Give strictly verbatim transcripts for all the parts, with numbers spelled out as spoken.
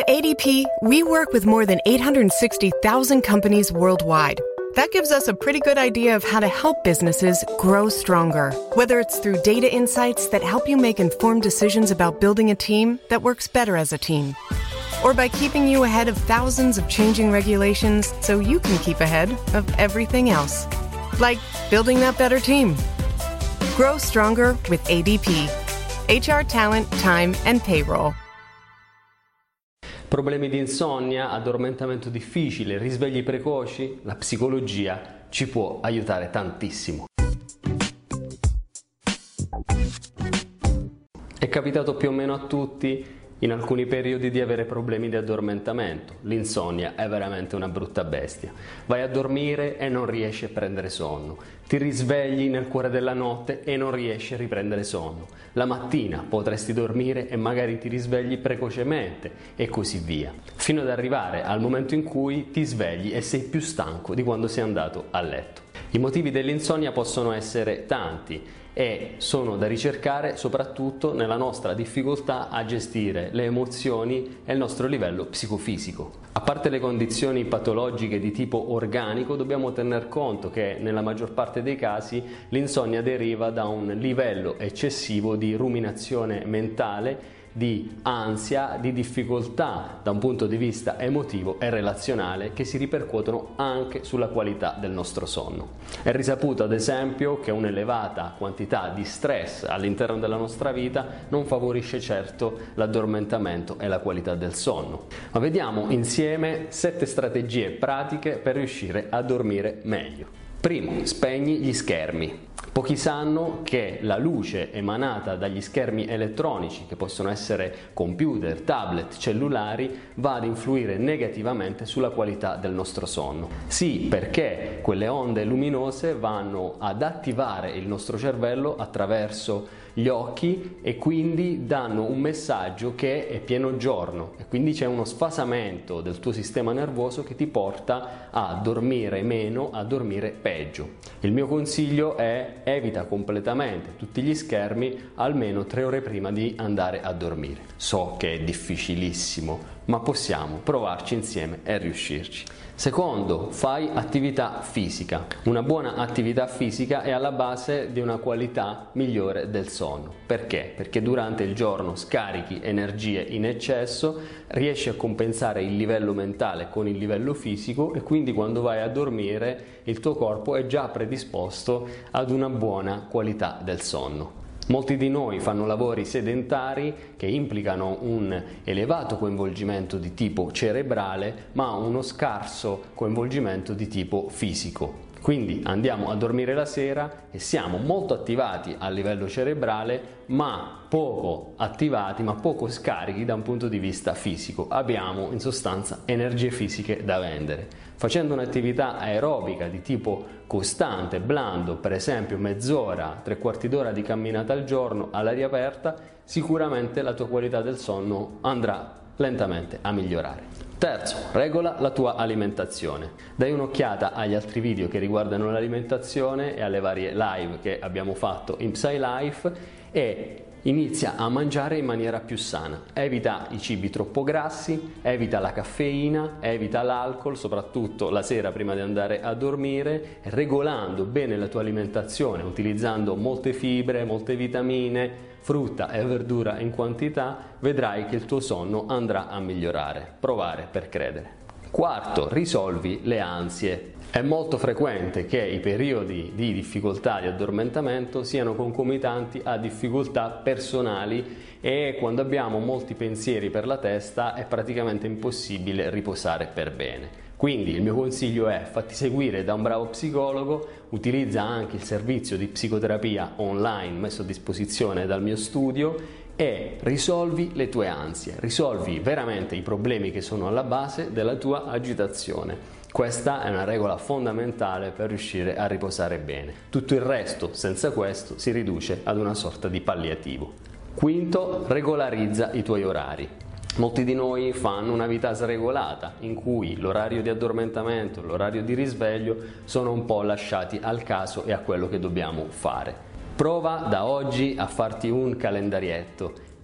At A D P, we work with more than eight hundred sixty thousand companies worldwide. That gives us a pretty good idea of how to help businesses grow stronger, whether it's through data insights that help you make informed decisions about building a team that works better as a team, or by keeping you ahead of thousands of changing regulations so you can keep ahead of everything else. Like building that better team. Grow stronger with A D P. H R Talent, Time and Payroll. Problemi di insonnia, addormentamento difficile, risvegli precoci? La psicologia ci può aiutare tantissimo. È capitato più o meno a tutti in alcuni periodi di avere problemi di addormentamento. L'insonnia è veramente una brutta bestia. Vai a dormire e non riesci a prendere sonno. Ti risvegli nel cuore della notte e non riesci a riprendere sonno. La mattina potresti dormire e magari ti risvegli precocemente e così via, fino ad arrivare al momento in cui ti svegli e sei più stanco di quando sei andato a letto. I motivi dell'insonnia possono essere tanti e sono da ricercare soprattutto nella nostra difficoltà a gestire le emozioni e il nostro livello psicofisico. A parte le condizioni patologiche di tipo organico, dobbiamo tener conto che nella maggior parte dei casi l'insonnia deriva da un livello eccessivo di ruminazione mentale, di ansia, di difficoltà da un punto di vista emotivo e relazionale che si ripercuotono anche sulla qualità del nostro sonno. È risaputo ad esempio che un'elevata quantità di stress all'interno della nostra vita non favorisce certo l'addormentamento e la qualità del sonno. Ma vediamo insieme sette strategie pratiche per riuscire a dormire meglio. Primo, spegni gli schermi. Pochi sanno che la luce emanata dagli schermi elettronici, che possono essere computer, tablet, cellulari, va ad influire negativamente sulla qualità del nostro sonno. Sì, perché quelle onde luminose vanno ad attivare il nostro cervello attraverso gli occhi e quindi danno un messaggio che è pieno giorno e quindi c'è uno sfasamento del tuo sistema nervoso che ti porta a dormire meno, a dormire peggio. Il mio consiglio è: evita completamente tutti gli schermi almeno tre ore prima di andare a dormire. So che è difficilissimo, ma possiamo provarci insieme e riuscirci. Secondo, fai attività fisica. Una buona attività fisica è alla base di una qualità migliore del sonno. Perché? Perché durante il giorno scarichi energie in eccesso, riesci a compensare il livello mentale con il livello fisico e quindi quando vai a dormire il tuo corpo è già predisposto ad una buona qualità del sonno. Molti di noi fanno lavori sedentari che implicano un elevato coinvolgimento di tipo cerebrale, ma uno scarso coinvolgimento di tipo fisico. Quindi andiamo a dormire la sera e siamo molto attivati a livello cerebrale, ma poco attivati, ma poco scarichi da un punto di vista fisico. Abbiamo in sostanza energie fisiche da vendere. Facendo un'attività aerobica di tipo costante, blando, per esempio mezz'ora, tre quarti d'ora di camminata al giorno all'aria aperta, sicuramente la tua qualità del sonno andrà lentamente a migliorare. Terzo, regola la tua alimentazione. Dai un'occhiata agli altri video che riguardano l'alimentazione e alle varie live che abbiamo fatto in PsyLife e inizia a mangiare in maniera più sana. Evita i cibi troppo grassi, evita la caffeina, evita l'alcol, soprattutto la sera prima di andare a dormire. Regolando bene la tua alimentazione, utilizzando molte fibre, molte vitamine, frutta e verdura in quantità, vedrai che il tuo sonno andrà a migliorare. Provare per credere. Quarto, risolvi le ansie. È molto frequente che i periodi di difficoltà di addormentamento siano concomitanti a difficoltà personali e quando abbiamo molti pensieri per la testa è praticamente impossibile riposare per bene. Quindi il mio consiglio è: fatti seguire da un bravo psicologo, utilizza anche il servizio di psicoterapia online messo a disposizione dal mio studio e risolvi le tue ansie, risolvi veramente i problemi che sono alla base della tua agitazione. Questa è una regola fondamentale per riuscire a riposare bene. Tutto il resto, senza questo, si riduce ad una sorta di palliativo. Quinto, regolarizza i tuoi orari. Molti di noi fanno una vita sregolata, in cui l'orario di addormentamento e l'orario di risveglio sono un po' lasciati al caso e a quello che dobbiamo fare. Prova da oggi a farti un calendarietto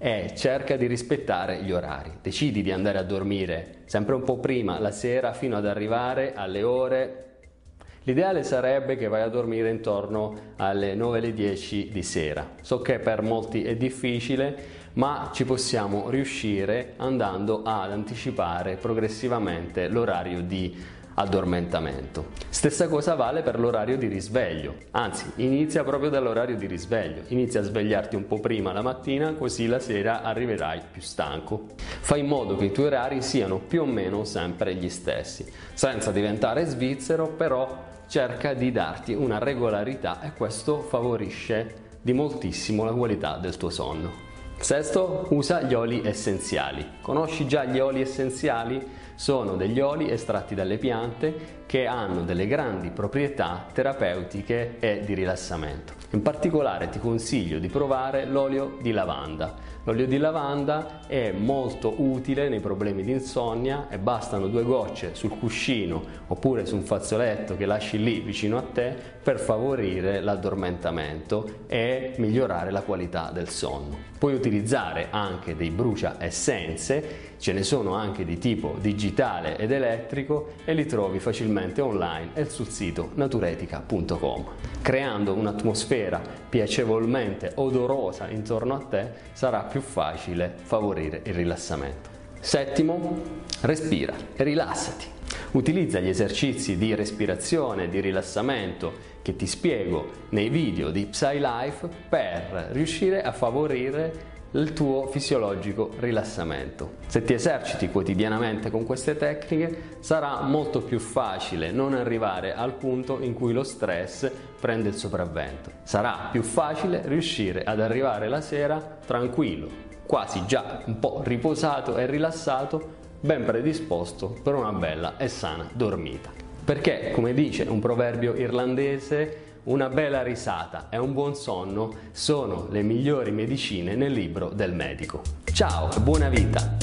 e cerca di rispettare gli orari. Decidi di andare a dormire sempre un po' prima la sera fino ad arrivare alle ore. L'ideale sarebbe che vai a dormire intorno alle nove alle dieci di sera. So che per molti è difficile, ma ci possiamo riuscire andando ad anticipare progressivamente l'orario di addormentamento. Stessa cosa vale per l'orario di risveglio, anzi inizia proprio dall'orario di risveglio, inizia a svegliarti un po' prima la mattina, così la sera arriverai più stanco. Fai in modo che i tuoi orari siano più o meno sempre gli stessi, senza diventare svizzero, però cerca di darti una regolarità e questo favorisce di moltissimo la qualità del tuo sonno. Sesto, usa gli oli essenziali. Conosci già gli oli essenziali? Sono degli oli estratti dalle piante che hanno delle grandi proprietà terapeutiche e di rilassamento. In particolare ti consiglio di provare l'olio di lavanda. L'olio di lavanda è molto utile nei problemi di insonnia e bastano due gocce sul cuscino oppure su un fazzoletto che lasci lì vicino a te per favorire l'addormentamento e migliorare la qualità del sonno. Puoi utilizzare anche dei brucia essenze, ce ne sono anche di tipo digitale ed elettrico e li trovi facilmente online e sul sito naturetica punto com. Creando un'atmosfera piacevolmente odorosa intorno a te sarà più facile favorire il rilassamento. Settimo, respira e rilassati. Utilizza gli esercizi di respirazione e di rilassamento che ti spiego nei video di PsyLife per riuscire a favorire il tuo fisiologico rilassamento. Se ti eserciti quotidianamente con queste tecniche sarà molto più facile non arrivare al punto in cui lo stress prende il sopravvento. Sarà più facile riuscire ad arrivare la sera tranquillo, quasi già un po' riposato e rilassato, ben predisposto per una bella e sana dormita. Perché, come dice un proverbio irlandese, una bella risata e un buon sonno sono le migliori medicine nel libro del medico. Ciao e buona vita!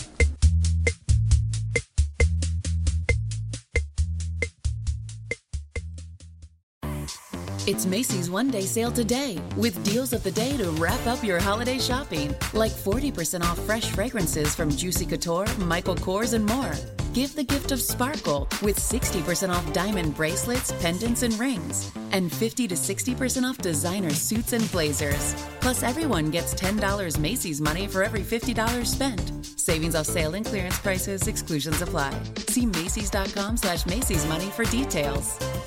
It's Macy's One Day Sale today, with deals of the day to wrap up your holiday shopping, like forty percent off fresh fragrances from Juicy Couture, Michael Kors, and more. Give the gift of sparkle with sixty percent off diamond bracelets, pendants, and rings, and fifty to sixty percent off designer suits and blazers. Plus, everyone gets ten dollars Macy's money for every fifty dollars spent. Savings off sale and clearance prices, exclusions apply. See Macy's dot com slash Macy's money for details.